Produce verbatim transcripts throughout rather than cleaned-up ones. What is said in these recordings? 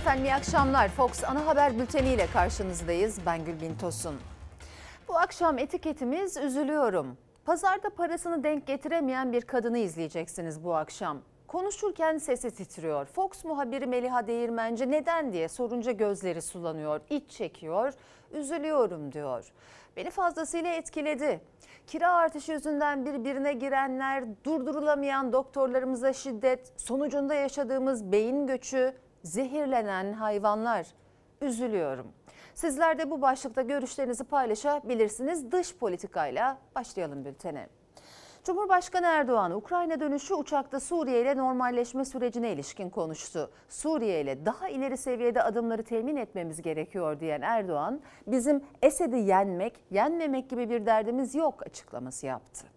Efendim iyi akşamlar. Fox Ana Haber Bülteni ile karşınızdayız. Ben Gülbin Tosun. Bu akşam etiketimiz üzülüyorum. Pazarda parasını denk getiremeyen bir kadını izleyeceksiniz bu akşam. Konuşurken sesi titriyor. Fox muhabiri Meliha Değirmenci neden diye sorunca gözleri sulanıyor, iç çekiyor, üzülüyorum diyor. Beni fazlasıyla etkiledi. Kira artışı yüzünden birbirine girenler, durdurulamayan doktorlarımıza şiddet, sonucunda yaşadığımız beyin göçü, zehirlenen hayvanlar. Üzülüyorum. Sizler de bu başlıkta görüşlerinizi paylaşabilirsiniz. Dış politikayla başlayalım bültene. Cumhurbaşkanı Erdoğan, Ukrayna dönüşü uçakta Suriye ile normalleşme sürecine ilişkin konuştu. Suriye ile daha ileri seviyede adımları temin etmemiz gerekiyor diyen Erdoğan, bizim Esed'i yenmek, yenmemek gibi bir derdimiz yok açıklaması yaptı.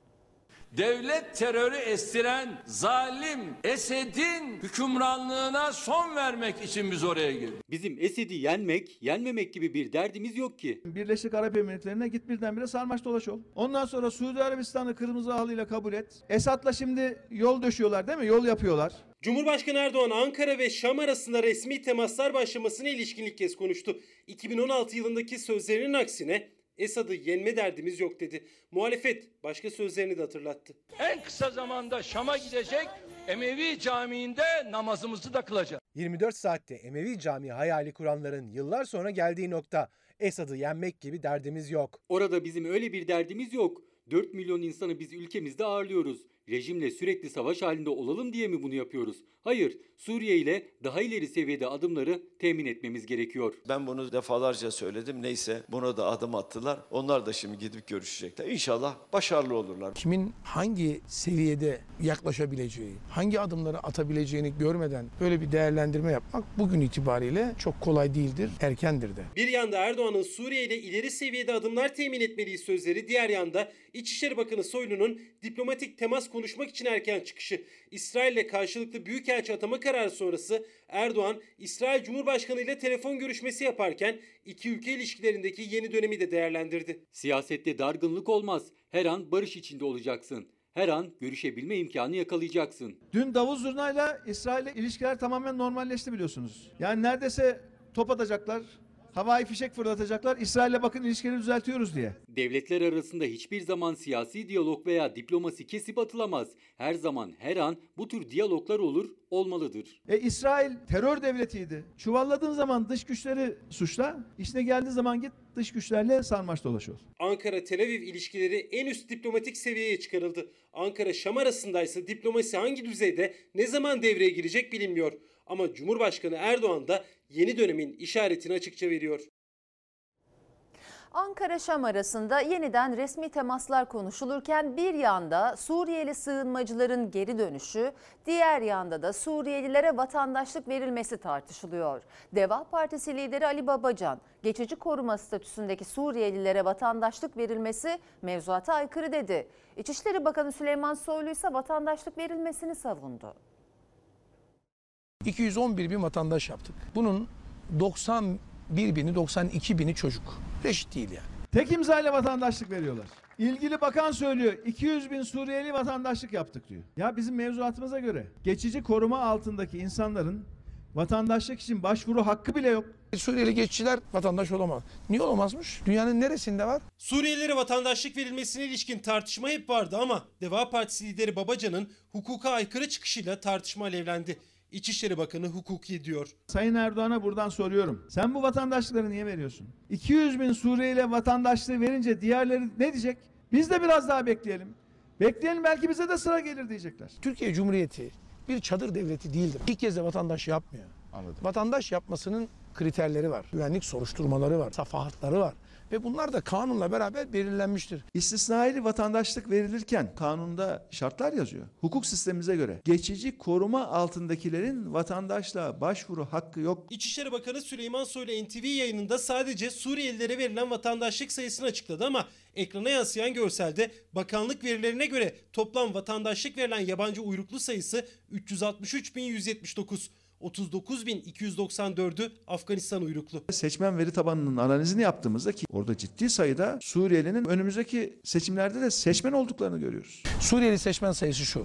Devlet terörü estiren zalim Esed'in hükümranlığına son vermek için biz oraya girdik. Bizim Esed'i yenmek, yenmemek gibi bir derdimiz yok ki. Birleşik Arap Emirlikleri'ne git birdenbire sarmaş dolaş ol. Ondan sonra Suudi Arabistan'ı kırmızı halıyla kabul et. Esad'la şimdi yol döşüyorlar değil mi? Yol yapıyorlar. Cumhurbaşkanı Erdoğan Ankara ve Şam arasında resmi temaslar başlamasına ilişkin ilk kez konuştu. iki bin on altı yılındaki sözlerinin aksine Esad'ı yenme derdimiz yok dedi. Muhalefet başka sözlerini de hatırlattı. En kısa zamanda Şam'a gidecek, Emevi Camii'nde namazımızı da kılacağız. yirmi dört saatte Emevi Camii hayali kuranların yıllar sonra geldiği nokta, Esad'ı yenmek gibi derdimiz yok. Orada bizim öyle bir derdimiz yok. dört milyon insanı biz ülkemizde ağırlıyoruz. Rejimle sürekli savaş halinde olalım diye mi bunu yapıyoruz? Hayır, Suriye ile daha ileri seviyede adımları temin etmemiz gerekiyor. Ben bunu defalarca söyledim. Neyse buna da adım attılar. Onlar da şimdi gidip görüşecekler. İnşallah başarılı olurlar. Kimin hangi seviyede yaklaşabileceği, hangi adımları atabileceğini görmeden böyle bir değerlendirme yapmak bugün itibariyle çok kolay değildir, erkendir de. Bir yanda Erdoğan'ın Suriye ile ileri seviyede adımlar temin etmeliyiz sözleri, diğer yanda İçişleri Bakanı Soylu'nun diplomatik temas konuşmak için erken çıkışı. İsrail'le karşılıklı büyükelçi atama kararı sonrası Erdoğan, İsrail Cumhurbaşkanı ile telefon görüşmesi yaparken iki ülke ilişkilerindeki yeni dönemi de değerlendirdi. Siyasette dargınlık olmaz. Her an barış içinde olacaksın. Her an görüşebilme imkanı yakalayacaksın. Dün Davuz Zurna'yla İsrail'le ilişkiler tamamen normalleşti biliyorsunuz. Yani neredeyse top atacaklar, havai fişek fırlatacaklar, İsrail'le bakın ilişkileri düzeltiyoruz diye. Devletler arasında hiçbir zaman siyasi diyalog veya diplomasi kesip atılamaz. Her zaman, her an bu tür diyaloglar olur, olmalıdır. E İsrail terör devletiydi. Çuvalladığın zaman dış güçleri suçla, işine geldiği zaman git dış güçlerle sarmaş dolaş ol. Ankara-Tel Aviv ilişkileri en üst diplomatik seviyeye çıkarıldı. Ankara-Şam arasındaysa diplomasi hangi düzeyde, ne zaman devreye girecek bilinmiyor. Ama Cumhurbaşkanı Erdoğan da yeni dönemin işaretini açıkça veriyor. Ankara-Şam arasında yeniden resmi temaslar konuşulurken bir yanda Suriyeli sığınmacıların geri dönüşü, diğer yanda da Suriyelilere vatandaşlık verilmesi tartışılıyor. Deva Partisi lideri Ali Babacan, geçici koruma statüsündeki Suriyelilere vatandaşlık verilmesi mevzuata aykırı dedi. İçişleri Bakanı Süleyman Soylu ise vatandaşlık verilmesini savundu. iki yüz on bir bin vatandaş yaptık. Bunun doksan bir bini, doksan iki bini çocuk. Reşit değil yani. Tek imzayla vatandaşlık veriyorlar. İlgili bakan söylüyor, iki yüz bin Suriyeli vatandaşlık yaptık diyor. Ya bizim mevzuatımıza göre geçici koruma altındaki insanların vatandaşlık için başvuru hakkı bile yok. Suriyeli geçiçiler vatandaş olamaz. Niye olamazmış? Dünyanın neresinde var? Suriyelilere vatandaşlık verilmesine ilişkin tartışma hep vardı ama Deva Partisi lideri Babacan'ın hukuka aykırı çıkışıyla tartışma alevlendi. İçişleri Bakanı hukuki diyor. Sayın Erdoğan'a buradan soruyorum. Sen bu vatandaşlıkları niye veriyorsun? iki yüz bin Suriyeli vatandaşlığı verince diğerleri ne diyecek? Biz de biraz daha bekleyelim. Bekleyelim, belki bize de sıra gelir diyecekler. Türkiye Cumhuriyeti bir çadır devleti değildir. İlk kez de vatandaş yapmıyor. Anladım. Vatandaş yapmasının kriterleri var. Güvenlik soruşturmaları var. Safahatları var. Ve bunlar da kanunla beraber belirlenmiştir. İstisnai vatandaşlık verilirken kanunda şartlar yazıyor. Hukuk sistemimize göre geçici koruma altındakilerin vatandaşlığa başvuru hakkı yok. İçişleri Bakanı Süleyman Soylu N T V yayınında sadece Suriyelilere verilen vatandaşlık sayısını açıkladı ama ekrana yansıyan görselde bakanlık verilerine göre toplam vatandaşlık verilen yabancı uyruklu sayısı üç yüz altmış üç bin yüz yetmiş dokuz. otuz dokuz bin iki yüz doksan dördü Afganistan uyruklu. Seçmen veri tabanının analizini yaptığımızda ki orada ciddi sayıda Suriyelinin önümüzdeki seçimlerde de seçmen olduklarını görüyoruz. Suriyeli seçmen sayısı şu.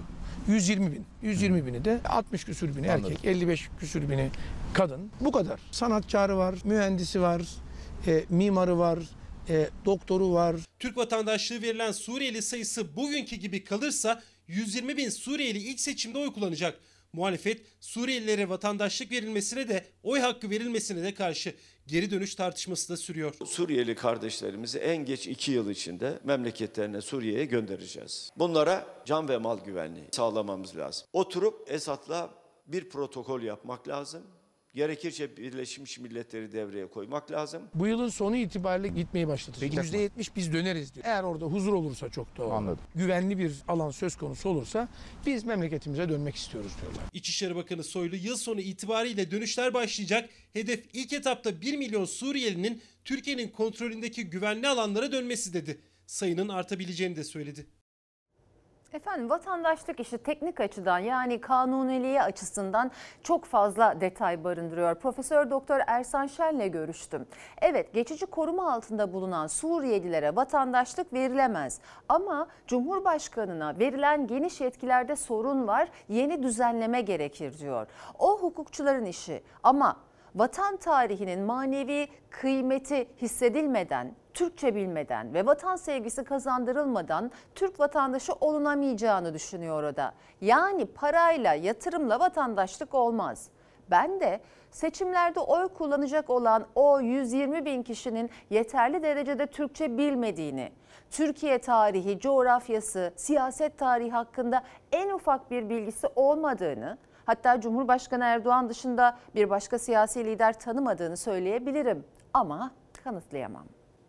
yüz yirmi bin. yüz yirmi bini de altmış küsür bini Anladım. erkek, elli beş küsür bini kadın. Bu kadar. Sanatkarı var, mühendisi var, e, mimarı var, e, doktoru var. Türk vatandaşlığı verilen Suriyeli sayısı bugünkü gibi kalırsa yüz yirmi bin Suriyeli ilk seçimde oy kullanacak. Muhalefet Suriyelilere vatandaşlık verilmesine de oy hakkı verilmesine de karşı. Geri dönüş tartışması da sürüyor. Suriyeli kardeşlerimizi en geç iki yıl içinde memleketlerine, Suriye'ye göndereceğiz. Bunlara can ve mal güvenliği sağlamamız lazım. Oturup Esad'la bir protokol yapmak lazım. Gerekirse Birleşmiş Milletleri devreye koymak lazım. Bu yılın sonu itibariyle gitmeyi başlatacak. yüzde yetmiş biz döneriz diyor. Eğer orada huzur olursa çok doğru. Anladım. Güvenli bir alan söz konusu olursa biz memleketimize dönmek istiyoruz diyorlar. İçişleri Bakanı Soylu yıl sonu itibariyle dönüşler başlayacak. Hedef ilk etapta bir milyon Suriyelinin Türkiye'nin kontrolündeki güvenli alanlara dönmesi dedi. Sayının artabileceğini de söyledi. Efendim vatandaşlık işi teknik açıdan yani kanuniliği açısından çok fazla detay barındırıyor. Profesör Doktor Ersan Şen'le görüştüm. Evet, geçici koruma altında bulunan Suriyelilere vatandaşlık verilemez. Ama Cumhurbaşkanı'na verilen geniş yetkilerde sorun var, yeni düzenleme gerekir diyor. O hukukçuların işi ama vatan tarihinin manevi kıymeti hissedilmeden, Türkçe bilmeden ve vatan sevgisi kazandırılmadan Türk vatandaşı olunamayacağını düşünüyor o da. Yani parayla, yatırımla vatandaşlık olmaz. Ben de seçimlerde oy kullanacak olan o yüz yirmi bin kişinin yeterli derecede Türkçe bilmediğini, Türkiye tarihi, coğrafyası, siyaset tarihi hakkında en ufak bir bilgisi olmadığını, hatta Cumhurbaşkanı Erdoğan dışında bir başka siyasi lider tanımadığını söyleyebilirim ama kanıtlayamam.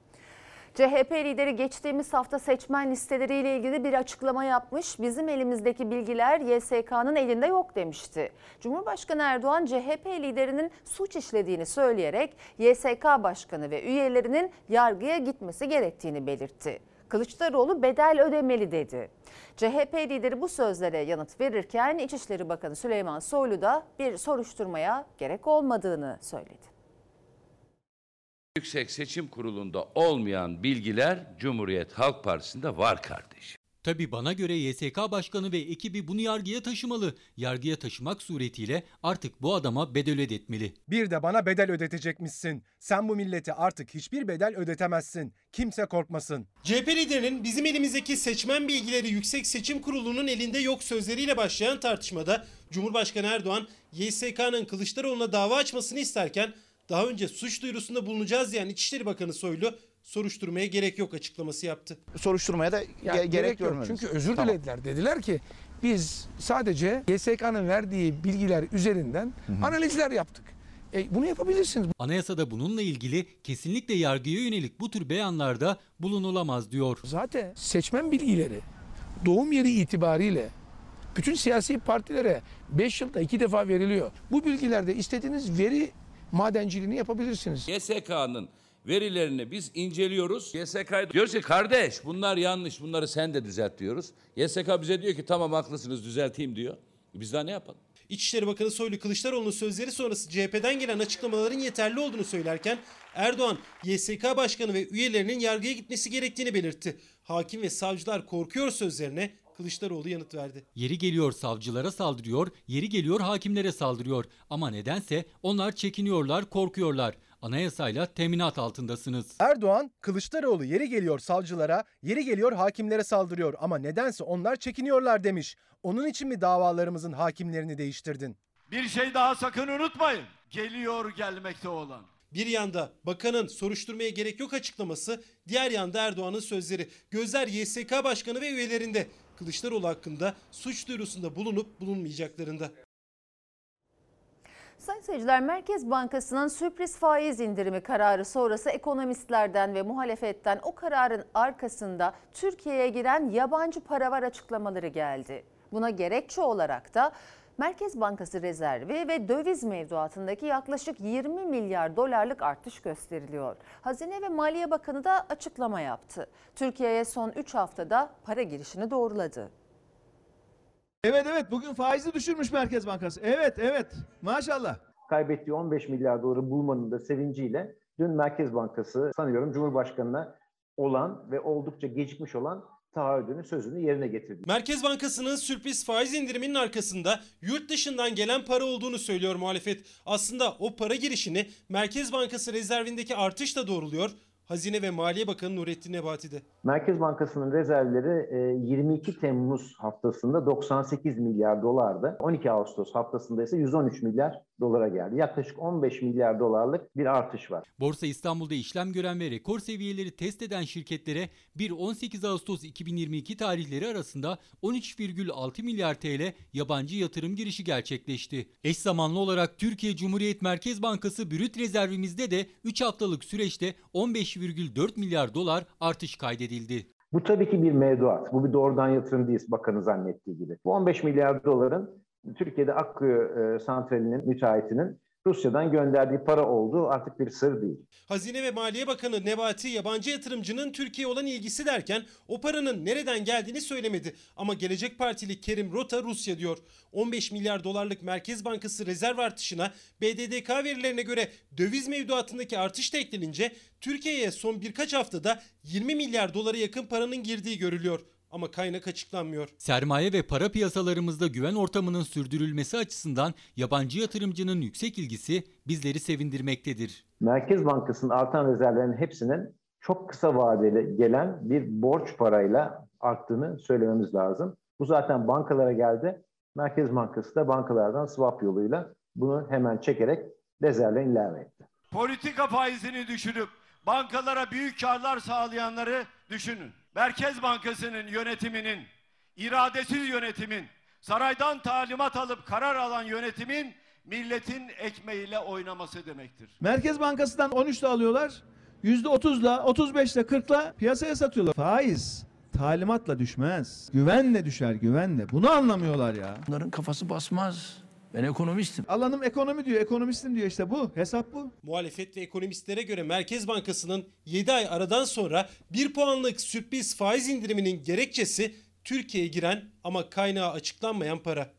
C H P lideri geçtiğimiz hafta seçmen listeleriyle ilgili bir açıklama yapmış. Bizim elimizdeki bilgiler Y S K'nın elinde yok demişti. Cumhurbaşkanı Erdoğan C H P liderinin suç işlediğini söyleyerek Y S K Başkanı ve üyelerinin yargıya gitmesi gerektiğini belirtti. Kılıçdaroğlu bedel ödemeli dedi. C H P lideri bu sözlere yanıt verirken İçişleri Bakanı Süleyman Soylu da bir soruşturmaya gerek olmadığını söyledi. Yüksek Seçim Kurulu'nda olmayan bilgiler Cumhuriyet Halk Partisi'nde var kardeşim. Tabii bana göre Y S K Başkanı ve ekibi bunu yargıya taşımalı. Yargıya taşımak suretiyle artık bu adama bedel ödetmeli. Bir de bana bedel ödetecekmişsin. Sen bu millete artık hiçbir bedel ödetemezsin. Kimse korkmasın. C H P liderinin bizim elimizdeki seçmen bilgileri Yüksek Seçim Kurulu'nun elinde yok sözleriyle başlayan tartışmada Cumhurbaşkanı Erdoğan Y S K'nın Kılıçdaroğlu'na dava açmasını isterken daha önce suç duyurusunda bulunacağız diyen İçişleri Bakanı Soylu soruşturmaya gerek yok açıklaması yaptı. Soruşturmaya da Ya, ge- gerek, gerek yok. görmüyoruz. Çünkü özür Tamam. dilediler. Dediler ki biz sadece Y S K'nın verdiği bilgiler üzerinden Hı hı. analizler yaptık. E, bunu yapabilirsiniz. Anayasada bununla ilgili kesinlikle yargıya yönelik bu tür beyanlarda bulunulamaz diyor. Zaten seçmen bilgileri doğum yeri itibariyle bütün siyasi partilere beş yılda iki defa veriliyor. Bu bilgilerde istediğiniz veri madenciliğini yapabilirsiniz. Y S K'nın verilerini biz inceliyoruz. Y S K'ya diyoruz ki kardeş bunlar yanlış, bunları sen de düzelt diyoruz. Y S K bize diyor ki tamam haklısınız düzelteyim diyor. Biz daha ne yapalım? İçişleri Bakanı Soylu Kılıçdaroğlu'nun sözleri sonrası C H P'den gelen açıklamaların yeterli olduğunu söylerken Erdoğan Y S K Başkanı ve üyelerinin yargıya gitmesi gerektiğini belirtti. Hakim ve savcılar korkuyor sözlerine Kılıçdaroğlu yanıt verdi. Yeri geliyor savcılara saldırıyor, yeri geliyor hakimlere saldırıyor. Ama nedense onlar çekiniyorlar, korkuyorlar. Anayasayla teminat altındasınız. Erdoğan, Kılıçdaroğlu yeri geliyor savcılara, yeri geliyor hakimlere saldırıyor ama nedense onlar çekiniyorlar demiş. Onun için mi davalarımızın hakimlerini değiştirdin? Bir şey daha sakın unutmayın. Geliyor gelmekte olan. Bir yanda bakanın soruşturmaya gerek yok açıklaması, diğer yanda Erdoğan'ın sözleri. Gözler Y S K Başkanı ve üyelerinde. Kılıçdaroğlu hakkında suç duyurusunda bulunup bulunmayacaklarında. Sayın seyirciler, Merkez Bankası'nın sürpriz faiz indirimi kararı sonrası ekonomistlerden ve muhalefetten o kararın arkasında Türkiye'ye giren yabancı para var açıklamaları geldi. Buna gerekçe olarak da Merkez Bankası rezervi ve döviz mevduatındaki yaklaşık yirmi milyar dolarlık artış gösteriliyor. Hazine ve Maliye Bakanı da açıklama yaptı. Türkiye'ye son üç haftada para girişini doğruladı. Evet evet bugün faizi düşürmüş Merkez Bankası. Evet evet maşallah. Kaybettiği on beş milyar doları bulmanın da sevinciyle dün Merkez Bankası sanıyorum Cumhurbaşkanı'na olan ve oldukça gecikmiş olan taahhüdünü, sözünü yerine getirdi. Merkez Bankası'nın sürpriz faiz indiriminin arkasında yurt dışından gelen para olduğunu söylüyor muhalefet. Aslında o para girişini Merkez Bankası rezervindeki artışla doğruluyor. Hazine ve Maliye Bakanı Nurettin Nebati de. Merkez Bankası'nın rezervleri yirmi iki Temmuz haftasında doksan sekiz milyar dolardı. on iki Ağustos haftasında ise yüz on üç milyar dolara geldi. Yaklaşık on beş milyar dolarlık bir artış var. Borsa İstanbul'da işlem gören ve rekor seviyeleri test eden şirketlere bir on sekiz Ağustos iki bin yirmi iki tarihleri arasında on üç virgül altı milyar T L yabancı yatırım girişi gerçekleşti. Eş zamanlı olarak Türkiye Cumhuriyet Merkez Bankası brüt rezervimizde de üç haftalık süreçte on beş virgül dört milyar dolar artış kaydedildi. Bu tabii ki bir mevduat. Bu bir doğrudan yatırım değil bakanın zannettiği gibi. Bu on beş milyar doların Türkiye'de Akkuyu e, santralinin müteahhitinin Rusya'dan gönderdiği para olduğu artık bir sır değil. Hazine ve Maliye Bakanı Nebati yabancı yatırımcının Türkiye'ye olan ilgisi derken o paranın nereden geldiğini söylemedi. Ama Gelecek Partili Kerim Rota Rusya diyor. on beş milyar dolarlık Merkez Bankası rezerv artışına B D D K verilerine göre döviz mevduatındaki artış da eklenince Türkiye'ye son birkaç haftada yirmi milyar dolara yakın paranın girdiği görülüyor. Ama kaynak açıklanmıyor. Sermaye ve para piyasalarımızda güven ortamının sürdürülmesi açısından yabancı yatırımcının yüksek ilgisi bizleri sevindirmektedir. Merkez Bankası'nın artan rezervlerinin hepsinin çok kısa vadeli gelen bir borç parayla arttığını söylememiz lazım. Bu zaten bankalara geldi. Merkez Bankası da bankalardan swap yoluyla bunu hemen çekerek rezervlerini ilave etti. Politika faizini düşürüp bankalara büyük karlar sağlayanları düşünün. Merkez Bankası'nın yönetiminin, iradesiz yönetimin, saraydan talimat alıp karar alan yönetimin milletin ekmeğiyle oynaması demektir. Merkez Bankası'ndan on üçle alıyorlar. yüzde otuzla, otuz beşle, kırkla piyasaya satıyorlar. Faiz talimatla düşmez. Güvenle düşer, güvenle. Bunu anlamıyorlar ya. Bunların kafası basmaz. Ben ekonomistim. Alanım ekonomi diyor, ekonomistim diyor, işte bu. Hesap bu. Muhalefet ve ekonomistlere göre Merkez Bankası'nın yedi ay aradan sonra bir puanlık sürpriz faiz indiriminin gerekçesi Türkiye'ye giren ama kaynağı açıklanmayan para.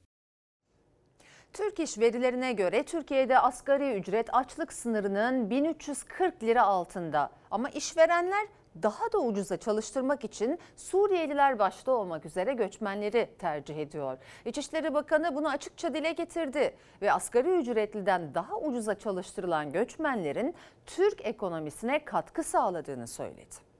Türk İş verilerine göre Türkiye'de asgari ücret açlık sınırının bin üç yüz kırk lira altında. Ama işverenler daha da ucuza çalıştırmak için Suriyeliler başta olmak üzere göçmenleri tercih ediyor. İçişleri Bakanı bunu açıkça dile getirdi ve asgari ücretliden daha ucuza çalıştırılan göçmenlerin Türk ekonomisine katkı sağladığını söyledi.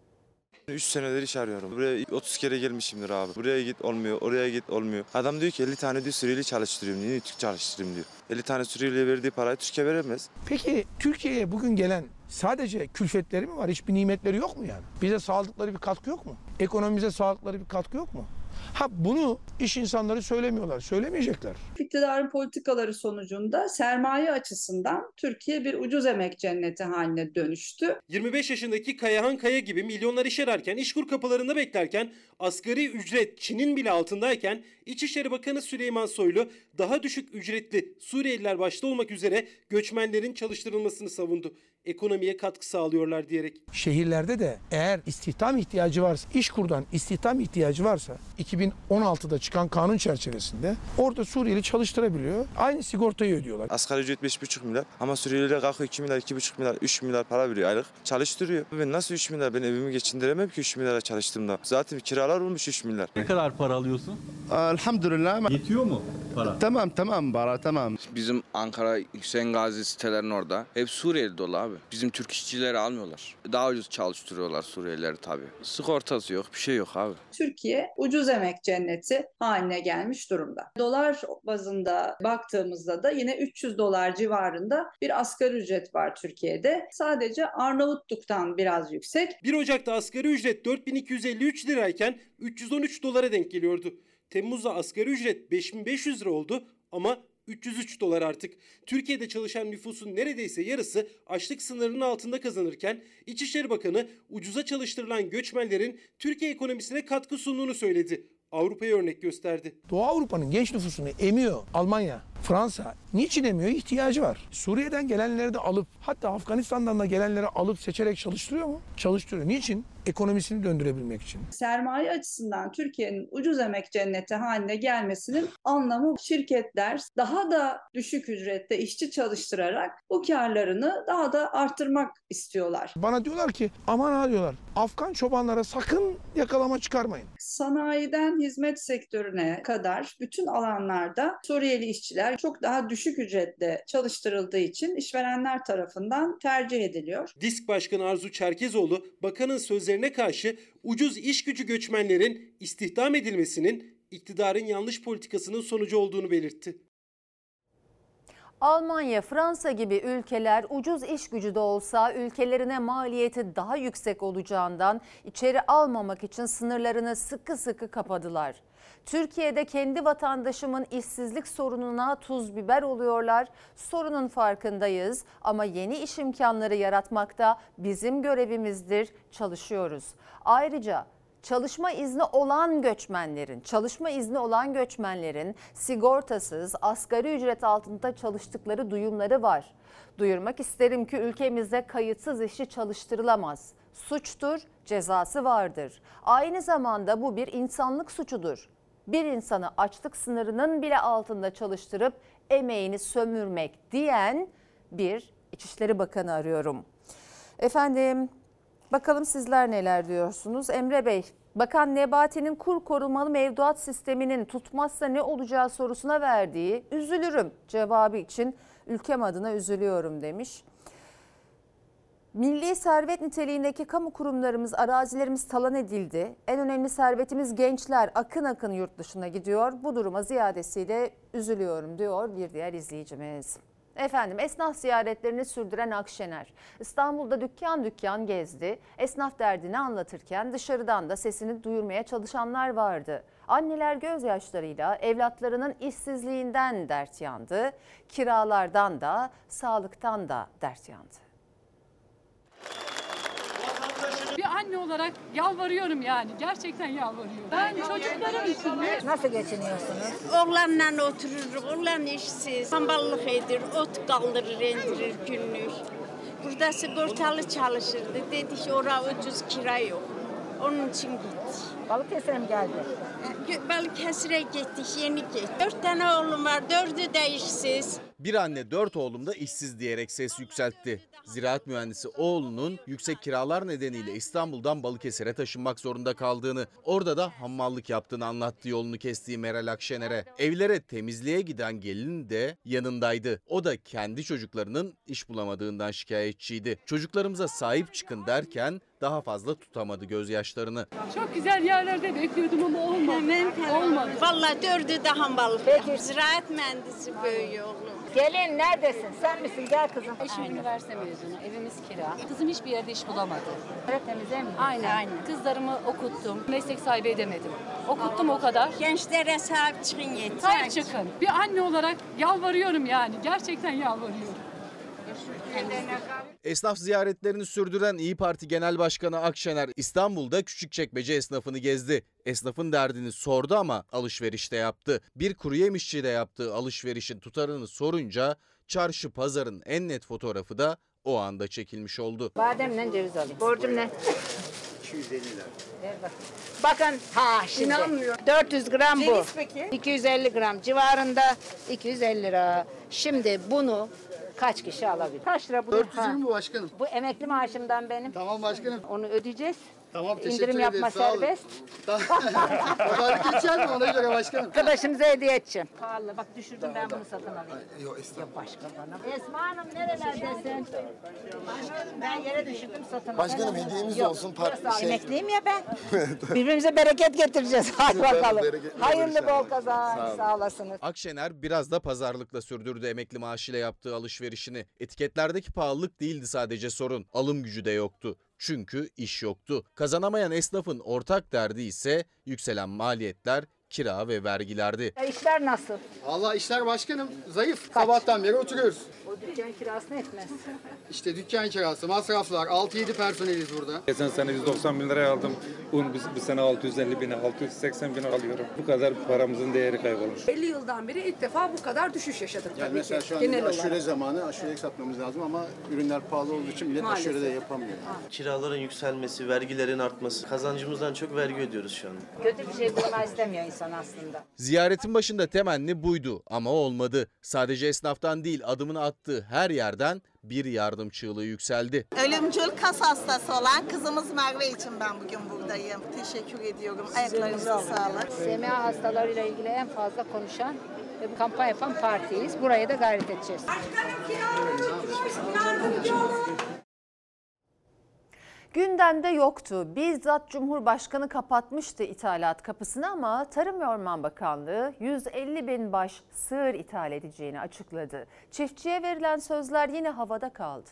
üç senedir iş arıyorum. Buraya otuz kere gelmişimdir abi. Buraya git olmuyor, oraya git olmuyor. Adam diyor ki elli tane diyor Suriyeli çalıştırıyorum diyor, Türk çalıştırayım diyor. elli tane Suriyeli'ye verdiği parayı Türkiye veremez. Peki Türkiye'ye bugün gelen sadece külfetleri mi var? Hiçbir nimetleri yok mu yani? Bize sağladıkları bir katkı yok mu? Ekonomimize sağladıkları bir katkı yok mu? Ha bunu iş insanları söylemiyorlar, söylemeyecekler. İktidarın politikaları sonucunda sermaye açısından Türkiye bir ucuz emek cenneti haline dönüştü. yirmi beş yaşındaki Kayahan Kaya gibi milyonlar iş ararken, işkur kapılarında beklerken, asgari ücret Çin'in bile altındayken İçişleri Bakanı Süleyman Soylu daha düşük ücretli Suriyeliler başta olmak üzere göçmenlerin çalıştırılmasını savundu. Ekonomiye katkı sağlıyorlar diyerek. Şehirlerde de eğer istihdam ihtiyacı varsa, İşkur'dan istihdam ihtiyacı varsa iki bin on altıda çıkan kanun çerçevesinde orada Suriyeli çalıştırabiliyor. Aynı sigortayı ödüyorlar. Asgari ücret beş buçuk milyar ama Suriyeliler kalkıyor iki milyar, iki buçuk milyar, üç milyar para veriyor aylık. Çalıştırıyor. Ben nasıl üç milyar? Ben evimi geçindiremem ki üç milyara çalıştığımda. Zaten kiralar olmuş üç milyar. Ne kadar para alıyorsun? Elhamdülillah. Yetiyor mu para? Tamam tamam para tamam. Bizim Ankara Hüseyin Gazi sitelerin orada hep Suriyeli dolu abi. Bizim Türk işçileri almıyorlar. Daha ucuz çalıştırıyorlar Suriyelileri tabii. Sigortası yok, bir şey yok abi. Türkiye ucuz emek cenneti haline gelmiş durumda. Dolar bazında baktığımızda da yine üç yüz dolar civarında bir asgari ücret var Türkiye'de. Sadece Arnavutluk'tan biraz yüksek. bir Ocak'ta asgari ücret dört bin iki yüz elli üç lirayken üç yüz on üç dolara denk geliyordu. Temmuz'da asgari ücret beş bin beş yüz lira oldu ama üç yüz üç dolar artık. Türkiye'de çalışan nüfusun neredeyse yarısı açlık sınırının altında kazanırken İçişleri Bakanı ucuza çalıştırılan göçmenlerin Türkiye ekonomisine katkı sunduğunu söyledi. Avrupa'ya örnek gösterdi. Doğu Avrupa'nın genç nüfusunu emiyor Almanya, Fransa. Niçin emiyor? İhtiyacı var. Suriye'den gelenleri de alıp, hatta Afganistan'dan da gelenleri alıp seçerek çalıştırıyor mu? Çalıştırıyor. Niçin? Ekonomisini döndürebilmek için. Sermaye açısından Türkiye'nin ucuz emek cenneti haline gelmesinin anlamı şirketler daha da düşük ücrette işçi çalıştırarak bu karlarını daha da arttırmak istiyorlar. Bana diyorlar ki aman ha diyorlar Afgan çobanlara sakın yakalama çıkarmayın. Sanayiden hizmet sektörüne kadar bütün alanlarda Suriyeli işçiler çok daha düşük ücretle çalıştırıldığı için işverenler tarafından tercih ediliyor. DİSK Başkanı Arzu Çerkezoğlu, bakanın sözlerine karşı ucuz iş gücü göçmenlerin istihdam edilmesinin iktidarın yanlış politikasının sonucu olduğunu belirtti. Almanya, Fransa gibi ülkeler ucuz iş gücü de olsa ülkelerine maliyeti daha yüksek olacağından içeri almamak için sınırlarını sıkı sıkı kapadılar. Türkiye'de kendi vatandaşımın işsizlik sorununa tuz biber oluyorlar. Sorunun farkındayız ama yeni iş imkanları yaratmak da bizim görevimizdir, çalışıyoruz. Ayrıca çalışma izni olan göçmenlerin, çalışma izni olan göçmenlerin sigortasız, asgari ücret altında çalıştıkları duyumları var. Duyurmak isterim ki ülkemizde kayıtsız işçi çalıştırılamaz. Suçtur, cezası vardır. Aynı zamanda bu bir insanlık suçudur. Bir insanı açlık sınırının bile altında çalıştırıp emeğini sömürmek diyen bir İçişleri Bakanı arıyorum. Efendim, bakalım sizler neler diyorsunuz? Emre Bey, Bakan Nebati'nin kur korumalı mevduat sisteminin tutmazsa ne olacağı sorusuna verdiği üzülürüm cevabı için ülkem adına üzülüyorum demiş. Milli servet niteliğindeki kamu kurumlarımız, arazilerimiz talan edildi. En önemli servetimiz gençler akın akın yurt dışına gidiyor. Bu duruma ziyadesiyle üzülüyorum diyor bir diğer izleyicimiz. Efendim, esnaf ziyaretlerini sürdüren Akşener İstanbul'da dükkan dükkan gezdi. Esnaf derdini anlatırken dışarıdan da sesini duyurmaya çalışanlar vardı. Anneler gözyaşlarıyla evlatlarının işsizliğinden dert yandı. Kiralardan da, sağlıktan da dert yandı. Bir anne olarak yalvarıyorum yani. Gerçekten yalvarıyorum. Ben çocuklarım için. Nasıl geçiniyorsunuz? Oğlanla otururuz. Oğlan işsiz. Hamballık edir, ot kaldırır, indirir günlük. Burada sigortalı çalışırdı. Dedi ki oraya ucuz kira yok. Onun için gitti. Balıkesir'e mi geldi? Balıkesir'e gittik, yeni gittik. Dört tane oğlum var, dördü de işsiz. Bir anne dört oğlum da işsiz diyerek ses yükseltti. Ziraat mühendisi oğlunun yüksek kiralar nedeniyle İstanbul'dan Balıkesir'e taşınmak zorunda kaldığını, orada da hammallık yaptığını anlattı yolunu kestiği Meral Akşener'e. Evlere temizliğe giden gelin de yanındaydı. O da kendi çocuklarının iş bulamadığından şikayetçiydi. Çocuklarımıza sahip çıkın derken daha fazla tutamadı gözyaşlarını. Çok güzel yerlerde bekliyordum ama olmadı. Hemen olmadı. Vallahi dördü de hamballık. Peki. Ziraat mühendisi böyle oğlum. Gelin neredesin? Sen misin? Gel kızım. Eşim üniversite mezunu. Evimiz kira. Kızım hiçbir yerde iş bulamadı. Öğretmenimize mi? Aynen. Aynen. Kızlarımı okuttum. Meslek sahibi edemedim. Okuttum o kadar. Gençlere sahip çıkın yeter. Sahip çıkın. Bir anne olarak yalvarıyorum yani. Gerçekten yalvarıyorum. Esnaf ziyaretlerini sürdüren İYİ Parti Genel Başkanı Akşener İstanbul'da Küçükçekmece esnafını gezdi. Esnafın derdini sordu ama alışverişte yaptı. Bir kuru yemişçide yaptığı alışverişin tutarını sorunca çarşı pazarın en net fotoğrafı da o anda çekilmiş oldu. Bademle ceviz alayım. Borcum ne? iki yüz elli lira. Ver bak. Bakın ha şimdi. İnanmıyorum. dört yüz gram bu. Ceviz peki? iki yüz elli gram civarında iki yüz elli lira. Şimdi bunu kaç kişi alabilir? Kaç lira bu? dört yüz yirmi bu başkanım. Bu emekli maaşımdan benim. Tamam başkanım. Onu ödeyeceğiz. Tamam teşekkür İndirim ederim. yapma Sağ olun. serbest. Pazarlık geçer mi ona göre başkanım? Arkadaşımıza hediye edeceğim. Pahalı bak düşürdüm ben bunu satın alayım. Yok estağfurullah. Başka bana. Esma Hanım nerelerdesin? Ben yere düşürdüm satın alayım. Başkanım hediyemiz olsun. Par- Şey. Emekliyim ya ben. Birbirimize bereket getireceğiz. Hadi bakalım. Hayırlı bol kazanç. Sağ, Sağ olasınız. Akşener biraz da pazarlıkla sürdürdü emekli maaşıyla yaptığı alışverişini. Etiketlerdeki pahalılık değildi sadece sorun. Alım gücü de yoktu. Çünkü iş yoktu. Kazanamayan esnafın ortak derdi ise yükselen maliyetler, kira ve vergilerdi. İşler nasıl? Vallahi işler başkanım zayıf. Kaç? Sabahtan beri oturuyoruz. O dükkan kirasını etmez. İşte dükkan kirası, masraflar, altı yedi personeliz burada. Geçen sene yüz doksan bin liraya aldım. Un bu, bu sene altı yüz elli bine, altı yüz seksen bine alıyorum. Bu kadar paramızın değeri kaybolmuş. elli yıldan beri ilk defa bu kadar düşüş yaşadık Yani tabii mesela ki. şu an Genel aşure olarak. zamanı aşure satmamız lazım ama ürünler pahalı olduğu için millet Maalesef. aşure de yapamıyor. Kiraların yükselmesi, vergilerin artması, kazancımızdan çok vergi ödüyoruz şu an. Kötü bir şey duymak istemiyor insan aslında. Ziyaretin başında temenni buydu ama olmadı. Sadece esnaftan değil, adımını attığı her yerden bir yardım çığlığı yükseldi. Ölümcül kas hastası olan kızımız Merve için ben bugün buradayım. Teşekkür ediyorum. Ayaklarınıza sağlık. S M A hastalarıyla ilgili en fazla konuşan ve kampanya yapan partiyiz. Buraya da gayret edeceğiz. Gündemde yoktu. Bizzat Cumhurbaşkanı kapatmıştı ithalat kapısını ama Tarım ve Orman Bakanlığı yüz elli bin baş sığır ithal edeceğini açıkladı. Çiftçiye verilen sözler yine havada kaldı.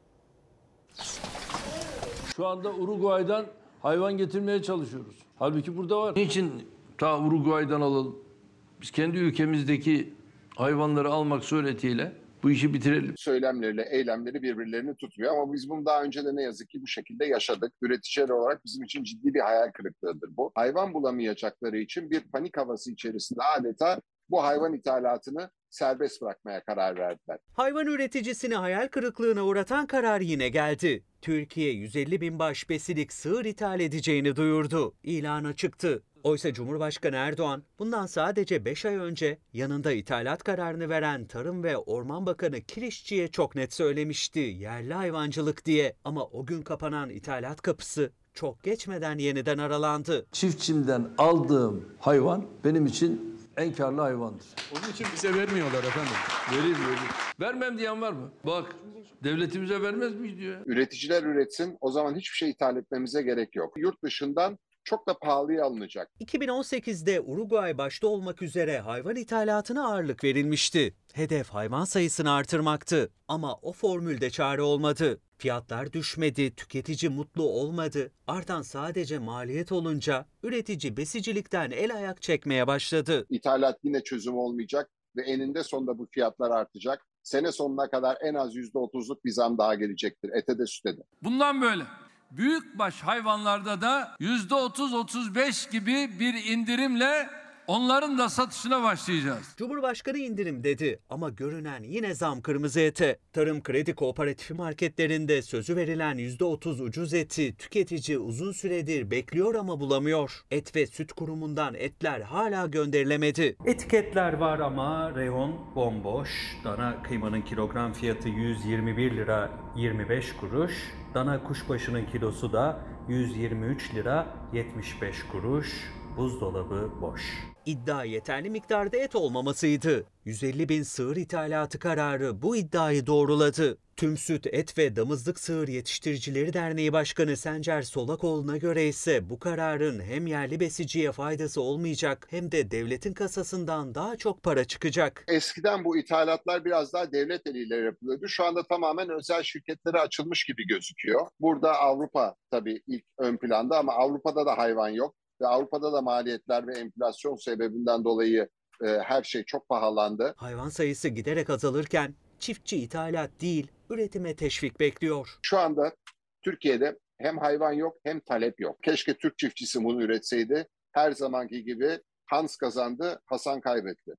Şu anda Uruguay'dan hayvan getirmeye çalışıyoruz. Halbuki burada var. Niçin ta Uruguay'dan alalım? Biz kendi ülkemizdeki hayvanları almak suretiyle bu işi bitirelim. Söylemleriyle eylemleri birbirlerini tutmuyor ama biz bunu daha önce de ne yazık ki bu şekilde yaşadık. Üreticiler olarak bizim için ciddi bir hayal kırıklığıdır bu. Hayvan bulamayacakları için bir panik havası içerisinde adeta bu hayvan ithalatını serbest bırakmaya karar verdiler. Hayvan üreticisini hayal kırıklığına uğratan karar yine geldi. Türkiye yüz elli bin baş besilik sığır ithal edeceğini duyurdu. İlana çıktı. Oysa Cumhurbaşkanı Erdoğan bundan sadece beş ay önce yanında ithalat kararını veren Tarım ve Orman Bakanı Kirişçi'ye çok net söylemişti yerli hayvancılık diye. Ama o gün kapanan ithalat kapısı çok geçmeden yeniden aralandı. Çiftçimden aldığım hayvan benim için en karlı hayvandır. Onun için bize vermiyorlar efendim. Vereyim vereyim. Vermem diyen var mı? Bak devletimize vermez miyiz diyor. Üreticiler üretsin, o zaman hiçbir şey ithal etmemize gerek yok. Yurt dışından çok da pahalıya alınacak. iki bin on sekizde Uruguay başta olmak üzere hayvan ithalatına ağırlık verilmişti. Hedef hayvan sayısını artırmaktı. Ama o formülde çare olmadı. Fiyatlar düşmedi, tüketici mutlu olmadı. Artan sadece maliyet olunca üretici besicilikten el ayak çekmeye başladı. İthalat yine çözüm olmayacak ve eninde sonunda bu fiyatlar artacak. Sene sonuna kadar en az yüzde otuzluk bir zam daha gelecektir. Ete de süte de. Bundan böyle büyükbaş hayvanlarda da yüzde otuz otuz beş gibi bir indirimle onların da satışına başlayacağız. Cumhurbaşkanı indirim dedi ama görünen yine zam kırmızı ete. Tarım Kredi Kooperatifi marketlerinde sözü verilen yüzde otuz ucuz eti tüketici uzun süredir bekliyor ama bulamıyor. Et ve Süt Kurumu'ndan etler hala gönderilemedi. Etiketler var ama reyon bomboş. Dana kıymanın kilogram fiyatı yüz yirmi bir lira yirmi beş kuruş. Dana kuşbaşının kilosu da yüz yirmi üç lira yetmiş beş kuruş. Buzdolabı boş. İddia yeterli miktarda et olmamasıydı. yüz elli bin sığır ithalatı kararı bu iddiayı doğruladı. Tüm Süt, Et ve Damızlık Sığır Yetiştiricileri Derneği Başkanı Sencer Solakoğlu'na göre ise bu kararın hem yerli besiciye faydası olmayacak hem de devletin kasasından daha çok para çıkacak. Eskiden bu ithalatlar biraz daha devlet eliyle yapılıyordu. Şu anda tamamen özel şirketlere açılmış gibi gözüküyor. Burada Avrupa tabii ilk ön planda ama Avrupa'da da hayvan yok. Ve Avrupa'da da maliyetler ve enflasyon sebebinden dolayı e, her şey çok pahalandı. Hayvan sayısı giderek azalırken çiftçi ithalat değil, üretime teşvik bekliyor. Şu anda Türkiye'de hem hayvan yok hem talep yok. Keşke Türk çiftçisi bunu üretseydi. Her zamanki gibi Hans kazandı, Hasan kaybetti.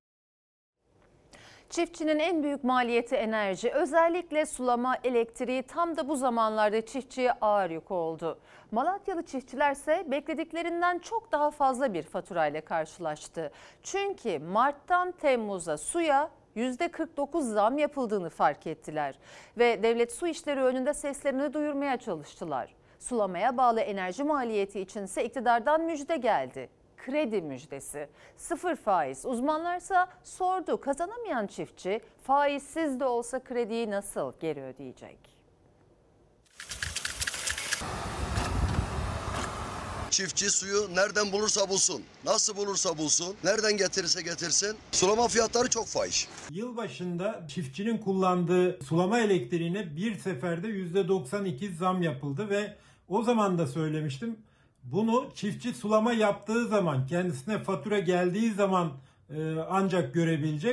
Çiftçinin en büyük maliyeti enerji. Özellikle sulama, elektriği tam da bu zamanlarda çiftçiye ağır yük oldu. Malatyalı çiftçilerse beklediklerinden çok daha fazla bir faturayla karşılaştı. Çünkü Mart'tan Temmuz'a suya yüzde kırk dokuz zam yapıldığını fark ettiler. Ve devlet su işleri önünde seslerini duyurmaya çalıştılar. Sulamaya bağlı enerji maliyeti içinse iktidardan müjde geldi. Kredi müjdesi. Sıfır faiz. Uzmanlarsa sordu, kazanamayan çiftçi faizsiz de olsa krediyi nasıl geri ödeyecek? Çiftçi suyu nereden bulursa bulsun, nasıl bulursa bulsun, nereden getirirse getirsin, sulama fiyatları çok fahiş. Yılbaşında çiftçinin kullandığı sulama elektriğine bir seferde yüzde doksan iki zam yapıldı ve o zaman da söylemiştim. Bunu çiftçi sulama yaptığı zaman, kendisine fatura geldiği zaman e, ancak görebilecek.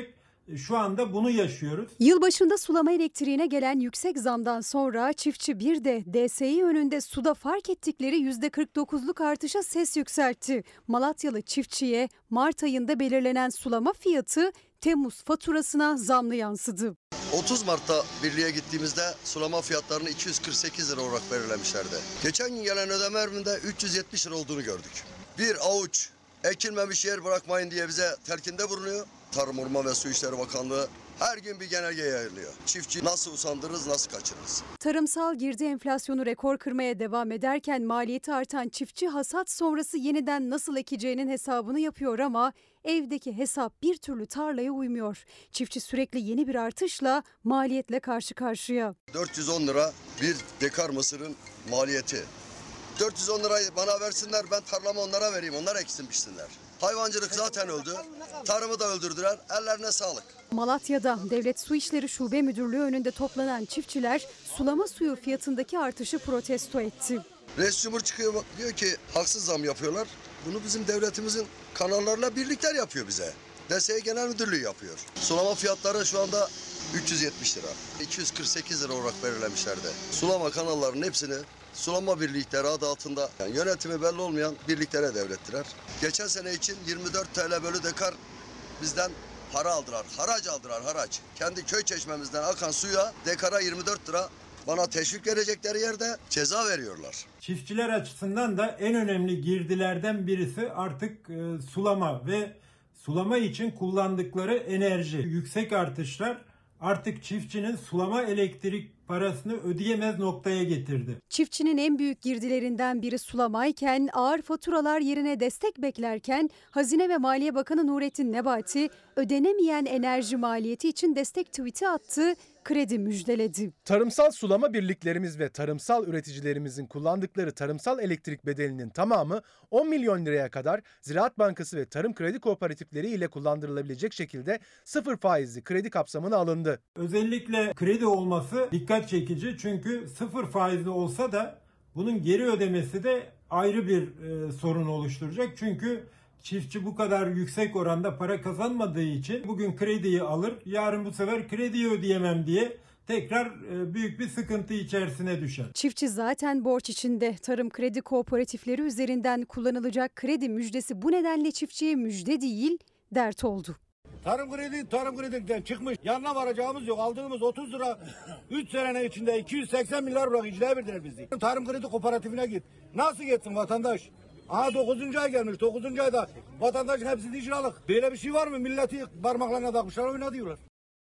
Şu anda bunu yaşıyoruz. Yılbaşında sulama elektriğine gelen yüksek zamdan sonra çiftçi bir de D S İ önünde suda fark ettikleri yüzde kırk dokuzluk artışa ses yükseltti. Malatyalı çiftçiye Mart ayında belirlenen sulama fiyatı Temmuz faturasına zamlı yansıdı. otuz Mart'ta birliğe gittiğimizde sulama fiyatlarını iki yüz kırk sekiz lira olarak belirlemişlerdi. Geçen gün gelen ödeme emrinde üç yüz yetmiş lira olduğunu gördük. Bir avuç ekilmemiş yer bırakmayın diye bize telkinde bulunuyor. Tarım, Orman ve Su İşleri Bakanlığı her gün bir genelge yayınlıyor. Çiftçi nasıl usandırırız, nasıl kaçırırız? Tarımsal girdi enflasyonu rekor kırmaya devam ederken maliyeti artan çiftçi hasat sonrası yeniden nasıl ekeceğinin hesabını yapıyor ama evdeki hesap bir türlü tarlaya uymuyor. Çiftçi sürekli yeni bir artışla maliyetle karşı karşıya. dört yüz on lira bir dekar mısırın maliyeti. dört yüz on lirayı bana versinler, ben tarlamı onlara vereyim, onlar eksin biçsinler. Hayvancılık zaten öldü, tarımı da öldürdüler, ellerine sağlık. Malatya'da Devlet Su İşleri Şube Müdürlüğü önünde toplanan çiftçiler sulama suyu fiyatındaki artışı protesto etti. Reis Cumhur çıkıyor diyor ki haksız zam yapıyorlar. Bunu bizim devletimizin kanallarıyla birlikler yapıyor bize. D S İ Genel Müdürlüğü yapıyor. Sulama fiyatları şu anda üç yüz yetmiş lira. iki yüz kırk sekiz lira olarak belirlemişlerdi. Sulama kanallarının hepsini sulama birlikleri adı altında yani yönetimi belli olmayan birliklere devrettiler. Geçen sene için yirmi dört TL bölü dekar bizden para aldılar. Haraç aldılar, haraç. Kendi köy çeşmemizden akan suya dekara yirmi dört lira. Bana teşvik verecekleri yerde ceza veriyorlar. Çiftçiler açısından da en önemli girdilerden birisi artık e, sulama ve sulama için kullandıkları enerji. Yüksek artışlar artık çiftçinin sulama elektrik parasını ödeyemez noktaya getirdi. Çiftçinin en büyük girdilerinden biri sulamayken ağır faturalar yerine destek beklerken Hazine ve Maliye Bakanı Nurettin Nebati ödenemeyen enerji maliyeti için destek tweet'i attı, kredi müjdeledi. Tarımsal sulama birliklerimiz ve tarımsal üreticilerimizin kullandıkları tarımsal elektrik bedelinin tamamı on milyon liraya kadar Ziraat Bankası ve tarım kredi kooperatifleri ile kullandırılabilecek şekilde sıfır faizli kredi kapsamına alındı. Özellikle kredi olması dikkat çekici çünkü sıfır faizli olsa da bunun geri ödemesi de ayrı bir e, sorun oluşturacak. Çünkü çiftçi bu kadar yüksek oranda para kazanmadığı için bugün krediyi alır, yarın bu sefer krediyi ödeyemem diye tekrar büyük bir sıkıntı içerisine düşer. Çiftçi zaten borç içinde. Tarım kredi kooperatifleri üzerinden kullanılacak kredi müjdesi bu nedenle çiftçiye müjde değil, dert oldu. Tarım kredi, tarım krediden çıkmış. Yanına varacağımız yok. Aldığımız otuz lira üç senenin içinde iki yüz seksen milyar olarak icra verdiler bizi. Tarım kredi kooperatifine git. Nasıl gitsin vatandaş? Aha dokuzuncu ay gelmiş. dokuzuncu ayda vatandaşın hepsi icralık. Böyle bir şey var mı? Milleti parmaklarına takmışlar, oyna diyorlar.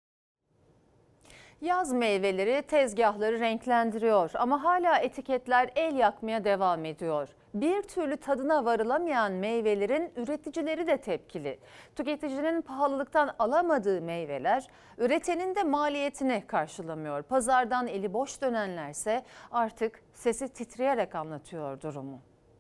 Yaz meyveleri tezgahları renklendiriyor ama hala etiketler el yakmaya devam ediyor. Bir türlü tadına varılamayan meyvelerin üreticileri de tepkili. Tüketicinin pahalılıktan alamadığı meyveler üretenin de maliyetini karşılamıyor. Pazardan eli boş dönenlerse artık sesi titreyerek anlatıyor durumu.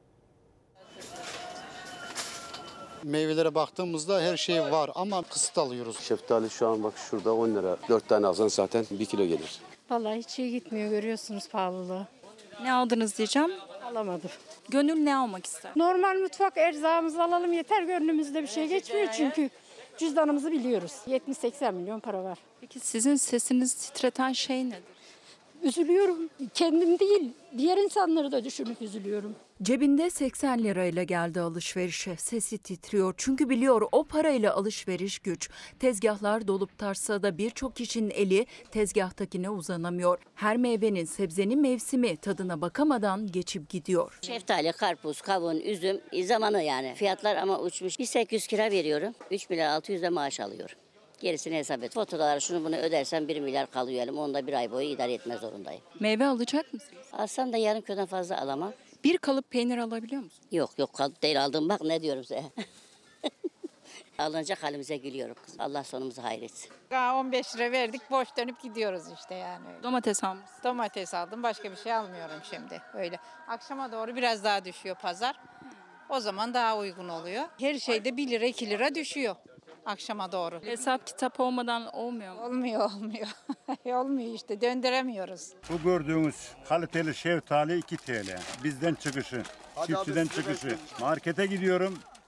Meyvelere baktığımızda her şey var ama kısıt alıyoruz. Şeftali şu an bak şurada on lira. dört tane alsan zaten bir kilo gelir. Vallahi hiç iyi gitmiyor, görüyorsunuz pahalılığı. Ne aldınız diyeceğim? Alamadım. Gönül ne almak ister? Normal mutfak erzağımızı alalım yeter, gönlümüzde bir şey geçmiyor çünkü cüzdanımızı biliyoruz. yetmiş seksen milyon para var. Peki sizin sesinizi titreten şey nedir? Üzülüyorum. Kendim değil, diğer insanları da düşünüp üzülüyorum. Cebinde seksen lirayla geldi alışverişe. Sesi titriyor çünkü biliyor o parayla alışveriş güç. Tezgahlar dolup taşsa da birçok kişinin eli tezgahtakine uzanamıyor. Her meyvenin, sebzenin mevsimi, tadına bakamadan geçip gidiyor. Şeftali, karpuz, kavun, üzüm zamanı yani. Fiyatlar ama uçmuş. Bir sekiz yüz kira veriyorum. üç milyar altı yüz de maaş alıyorum. Gerisini hesap et. Faturalar şunu bunu ödersem bir milyar kalıyor elim. Onda bir ay boyu idare etme zorundayım. Meyve alacak mısınız? Alsam da yarım kilodan fazla alamam. Bir kalıp peynir alabiliyor musun? Yok yok kalıp değil aldım bak ne diyorum size. Alınacak halimize gülüyorum kızım. Allah sonumuzu hayretsin. on beş lira verdik boş dönüp gidiyoruz işte yani. Domates almışsın. Domates aldım başka bir şey almıyorum şimdi öyle. Akşama doğru biraz daha düşüyor pazar. O zaman daha uygun oluyor. Her şeyde bir lira iki lira düşüyor. Akşama doğru. Hesap kitap olmadan olmuyor mu? Olmuyor olmuyor. Olmuyor işte döndüremiyoruz. Bu gördüğünüz kaliteli şeftali iki TL. Bizden çıkışı, çiftçiden çıkışı. Markete gidiyorum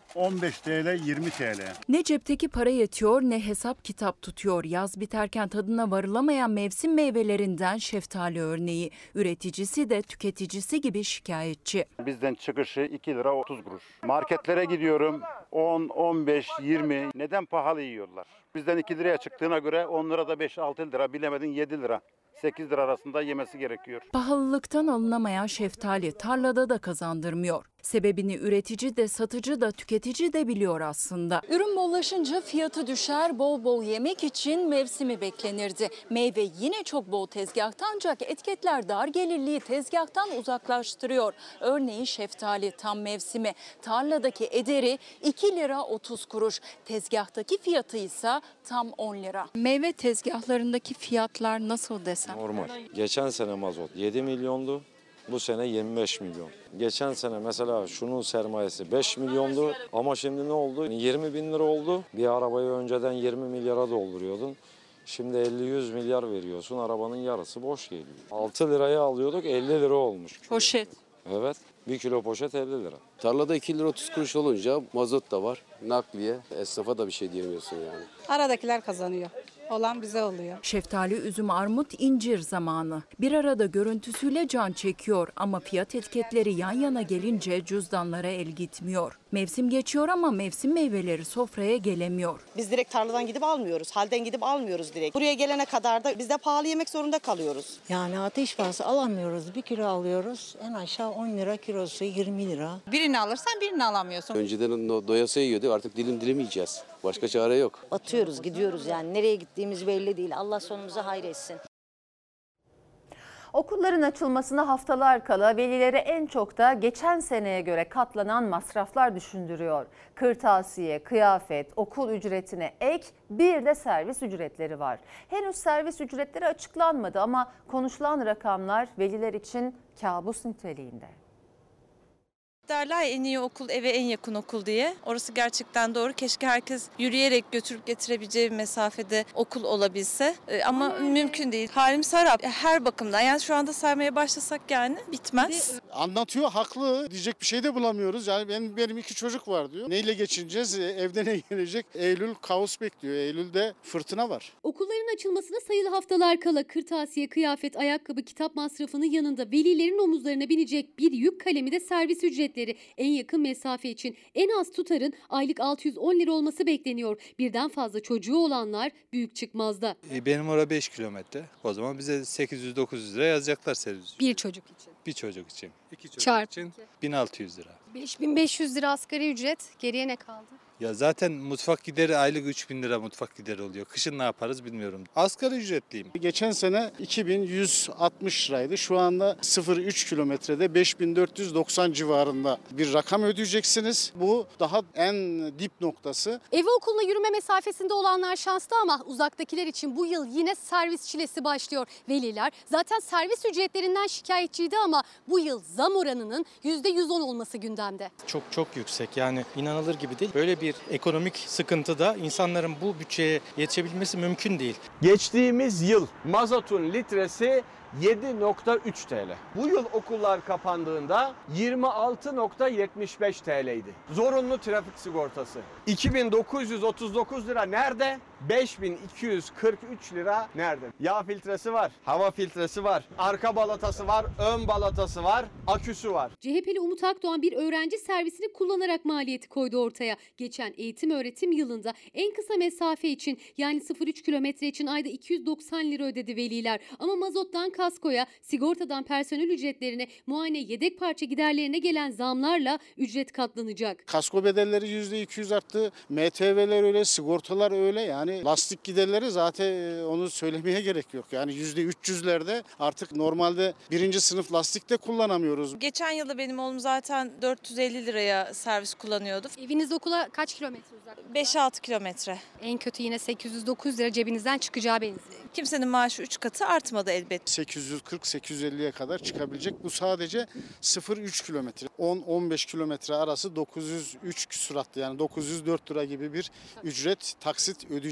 on beş TL, yirmi TL. Ne cepteki para yetiyor ne hesap kitap tutuyor. Yaz biterken tadına varılamayan mevsim meyvelerinden şeftali örneği. Üreticisi de tüketicisi gibi şikayetçi. Bizden çıkışı iki lira otuz kuruş. Marketlere gidiyorum on, on beş, yirmi. Neden pahalı yiyorlar? Bizden iki liraya çıktığına göre on lira da beş altı lira, bilemedin yedi lira. sekiz lira arasında yemesi gerekiyor. Pahalılıktan alınamayan şeftali tarlada da kazandırmıyor. Sebebini üretici de satıcı da tüketici de biliyor aslında. Ürün bollaşınca fiyatı düşer, bol bol yemek için mevsimi beklenirdi. Meyve yine çok bol tezgahta ancak etiketler dar gelirliği tezgahtan uzaklaştırıyor. Örneğin şeftali tam mevsimi, tarladaki ederi iki lira otuz kuruş, tezgahtaki fiyatı ise tam on lira. Meyve tezgahlarındaki fiyatlar nasıl desem? Normal. Geçen sene mazot yedi milyondu. Bu sene yirmi beş milyon. Geçen sene mesela şunun sermayesi beş milyondu ama şimdi ne oldu? yirmi bin lira oldu. Bir arabayı önceden yirmi milyara dolduruyordun. Şimdi elli yüz milyar veriyorsun, arabanın yarısı boş geliyor. altı liraya alıyorduk, elli lira olmuş. Poşet. Evet, bir kilo poşet elli lira. Tarlada iki lira otuz kuruş olunca mazot da var, nakliye, esnafa da bir şey diyemiyorsun yani. Aradakiler kazanıyor. Olan bize oluyor. Şeftali, üzüm, armut, incir zamanı. Bir arada görüntüsüyle can çekiyor ama fiyat etiketleri yan yana gelince cüzdanlara el gitmiyor. Mevsim geçiyor ama mevsim meyveleri sofraya gelemiyor. Biz direkt tarladan gidip almıyoruz. Halden gidip almıyoruz direkt. Buraya gelene kadar da biz de pahalı yemek zorunda kalıyoruz. Yani ateş pahası alamıyoruz. Bir kilo alıyoruz. En aşağı on lira kilosu, yirmi lira. Birini alırsan birini alamıyorsun. Önceden doyası yiyordu, artık dilim dilim yiyeceğiz. Başka çare yok. Atıyoruz, gidiyoruz yani. Nereye gittiğimiz belli değil. Allah sonumuzu hayretsin. Okulların açılmasına haftalar kala velilere en çok da geçen seneye göre katlanan masraflar düşündürüyor. Kırtasiye, kıyafet, okul ücretine ek bir de servis ücretleri var. Henüz servis ücretleri açıklanmadı ama konuşulan rakamlar veliler için kabus niteliğinde. Derler en iyi okul eve en yakın okul diye. Orası gerçekten doğru. Keşke herkes yürüyerek götürüp getirebileceği bir mesafede okul olabilse. Ee, ama hmm. mümkün değil. Halimiz harap. Her bakımdan. Yani şu anda saymaya başlasak yani bitmez. Anlatıyor, haklı. Diyecek bir şey de bulamıyoruz. Yani benim, benim iki çocuk var diyor. Neyle geçineceğiz? Evde ne gelecek? Eylül kaos bekliyor. Eylül'de fırtına var. Okulların açılmasına sayılı haftalar kala kırtasiye, kıyafet, ayakkabı, kitap masrafının yanında velilerin omuzlarına binecek bir yük kalemi de servis ücretleri. En yakın mesafe için en az tutarın aylık altı yüz on lira olması bekleniyor. Birden fazla çocuğu olanlar büyük çıkmazda. E benim orada beş kilometre. O zaman bize sekiz yüz dokuz yüz lira yazacaklar servis. Bir çocuk için. Bir çocuk için. İki çocuk Çarpı için bin altı yüz lira. beş bin beş yüz lira asgari ücret. Geriye ne kaldı? Ya zaten mutfak gideri aylık üç bin lira mutfak gideri oluyor. Kışın ne yaparız bilmiyorum. Asgari ücretliyim. Geçen sene iki bin yüz altmış liraydı. Şu anda sıfır virgül üç kilometrede beş bin dört yüz doksan civarında bir rakam ödeyeceksiniz. Bu daha en dip noktası. Eve okuluna yürüme mesafesinde olanlar şanslı ama uzaktakiler için bu yıl yine servis çilesi başlıyor. Veliler zaten servis ücretlerinden şikayetçiydi ama bu yıl zam oranının yüzde yüz on olması gündemde. Çok çok yüksek, yani inanılır gibi değil. Böyle bir ekonomik sıkıntıda insanların bu bütçeye yetişebilmesi mümkün değil. Geçtiğimiz yıl mazotun litresi yedi virgül üç TL. Bu yıl okullar kapandığında yirmi altı virgül yetmiş beş TL'ydi. Zorunlu trafik sigortası. iki bin dokuz yüz otuz dokuz lira nerede? beş bin iki yüz kırk üç lira nerede? Yağ filtresi var, hava filtresi var, arka balatası var, ön balatası var, aküsü var. C H P'li Umut Akdoğan bir öğrenci servisini kullanarak maliyeti koydu ortaya. Geçen eğitim öğretim yılında en kısa mesafe için yani sıfır virgül üç kilometre için ayda iki yüz doksan lira ödedi veliler. Ama mazottan kaskoya, sigortadan personel ücretlerine, muayene yedek parça giderlerine gelen zamlarla ücret katlanacak. Kasko bedelleri yüzde iki yüz arttı. M T V'ler öyle, sigortalar öyle. Yani lastik giderleri zaten onu söylemeye gerek yok. Yani yüzde üç yüzlerde artık normalde birinci sınıf lastik de kullanamıyoruz. Geçen yılda benim oğlum zaten dört yüz elli liraya servis kullanıyordu. Eviniz okula kaç kilometre uzak? beş altı kilometre. En kötü yine sekiz yüz dokuz lira cebinizden çıkacağı benziyor. Kimsenin maaşı üç katı artmadı elbette. sekiz yüz kırk sekiz yüz elliye kadar çıkabilecek. Bu sadece sıfır virgül üç kilometre. on on beş kilometre arası dokuz yüz üç küsuratlı, yani dokuz yüz dört lira gibi bir ücret taksit ödeyecek.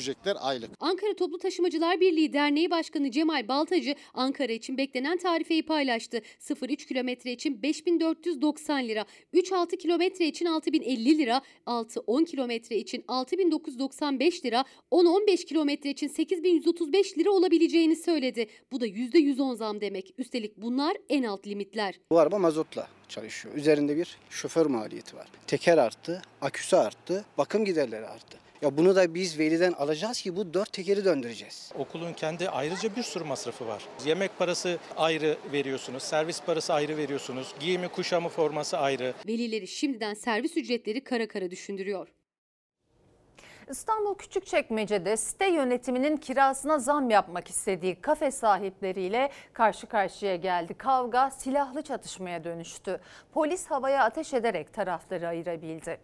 ödeyecekler aylık. Ankara Toplu Taşımacılar Birliği Derneği Başkanı Cemal Baltacı Ankara için beklenen tarifeyi paylaştı. sıfır üç kilometre için beş bin dört yüz doksan lira, üç altı kilometre için altı bin elli lira, altı on kilometre için altı bin dokuz yüz doksan beş lira, on on beş kilometre için sekiz bin yüz otuz beş lira olabileceğini söyledi. Bu da yüzde yüz on zam demek. Üstelik bunlar en alt limitler. Bu araba mazotla çalışıyor. Üzerinde bir şoför maliyeti var. Teker arttı, aküsü arttı, bakım giderleri arttı. Ya bunu da biz veliden alacağız ki bu dört tekeri döndüreceğiz. Okulun kendi ayrıca bir sürü masrafı var. Yemek parası ayrı veriyorsunuz, servis parası ayrı veriyorsunuz, giyimi, kuşamı, forması ayrı. Velileri şimdiden servis ücretleri kara kara düşündürüyor. İstanbul Küçükçekmece'de site yönetiminin kirasına zam yapmak istediği kafe sahipleriyle karşı karşıya geldi. Kavga silahlı çatışmaya dönüştü. Polis havaya ateş ederek tarafları ayırabildi.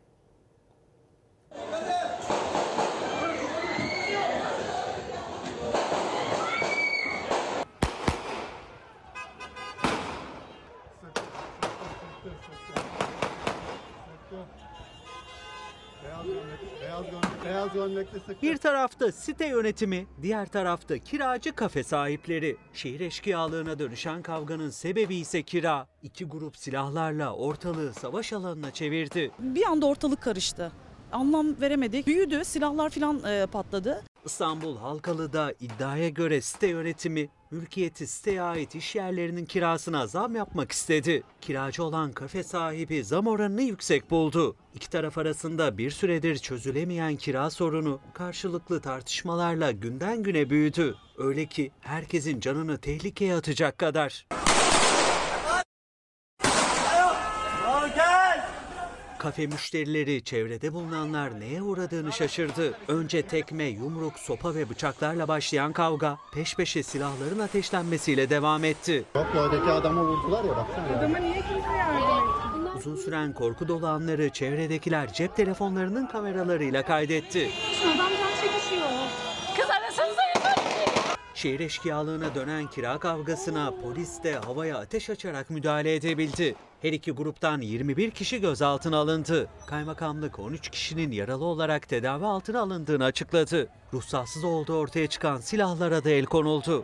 Bir tarafta site yönetimi, diğer tarafta kiracı kafe sahipleri. Şehir eşkıyalığına dönüşen kavganın sebebi ise kira. İki grup silahlarla ortalığı savaş alanına çevirdi. Bir anda ortalık karıştı. Anlam veremedik. Büyüdü, silahlar falan e, patladı. İstanbul Halkalı'da iddiaya göre site yönetimi mülkiyeti siteye ait iş yerlerinin kirasına zam yapmak istedi. Kiracı olan kafe sahibi zam oranını yüksek buldu. İki taraf arasında bir süredir çözülemeyen kira sorunu karşılıklı tartışmalarla günden güne büyüdü. Öyle ki herkesin canını tehlikeye atacak kadar. Kafe müşterileri, çevrede bulunanlar neye uğradığını şaşırdı. Önce tekme, yumruk, sopa ve bıçaklarla başlayan kavga peş peşe silahların ateşlenmesiyle devam etti. Yok ya, öteki adamı vurdular ya, baksana. Adama niye kimse yardım etti? Uzun süren korku dolu anları çevredekiler cep telefonlarının kameralarıyla kaydetti. Adam can çekişiyor. Kız arasınıza Şehir eşkıyalığına dönen kira kavgasına polis de havaya ateş açarak müdahale edebildi. Her iki gruptan yirmi bir kişi gözaltına alındı. Kaymakamlık on üç kişinin yaralı olarak tedavi altına alındığını açıkladı. Ruhsatsız olduğu ortaya çıkan silahlara da el konuldu.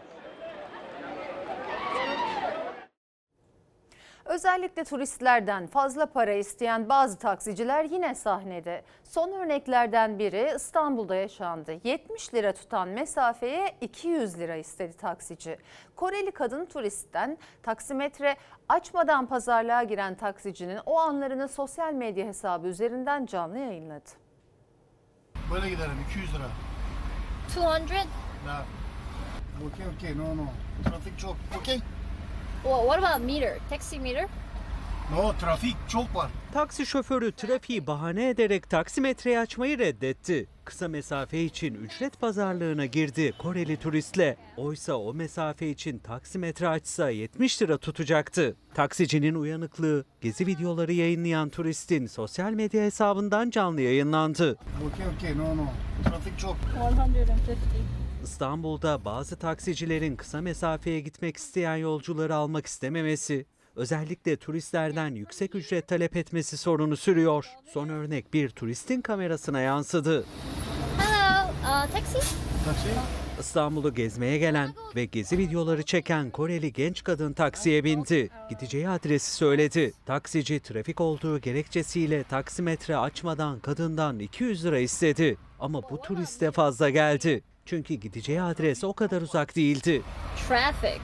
Özellikle turistlerden fazla para isteyen bazı taksiciler yine sahnede. Son örneklerden biri İstanbul'da yaşandı. yetmiş lira tutan mesafeye iki yüz lira istedi taksici. Koreli kadın turistten taksimetre açmadan pazarlığa giren taksicinin o anlarını sosyal medya hesabı üzerinden canlı yayınladı. Böyle gidelim, iki yüz lira. two hundred? Ya. Okey okey, no no. Trafik çok. Okey. Well, what about meter? Taxi meter? No, trafik çok var. Taksi şoförü trafiği bahane ederek taksimetreyi açmayı reddetti. Kısa mesafe için ücret pazarlığına girdi Koreli turistle. Oysa o mesafe için taksimetre açsa yetmiş lira tutacaktı. Taksicinin uyanıklığı gezi videoları yayınlayan turistin sosyal medya hesabından canlı yayınlandı. Okey okey, no no. Trafik çok. one hundred fifty. İstanbul'da bazı taksicilerin kısa mesafeye gitmek isteyen yolcuları almak istememesi, özellikle turistlerden yüksek ücret talep etmesi sorunu sürüyor. Son örnek bir turistin kamerasına yansıdı. Hello, uh, taxi? Taksi? İstanbul'u gezmeye gelen ve gezi videoları çeken Koreli genç kadın taksiye bindi. Gideceği adresi söyledi. Taksici trafik olduğu gerekçesiyle taksimetre açmadan kadından iki yüz lira istedi. Ama bu turiste fazla geldi. Çünkü gideceği adres o kadar uzak değildi. Traffic.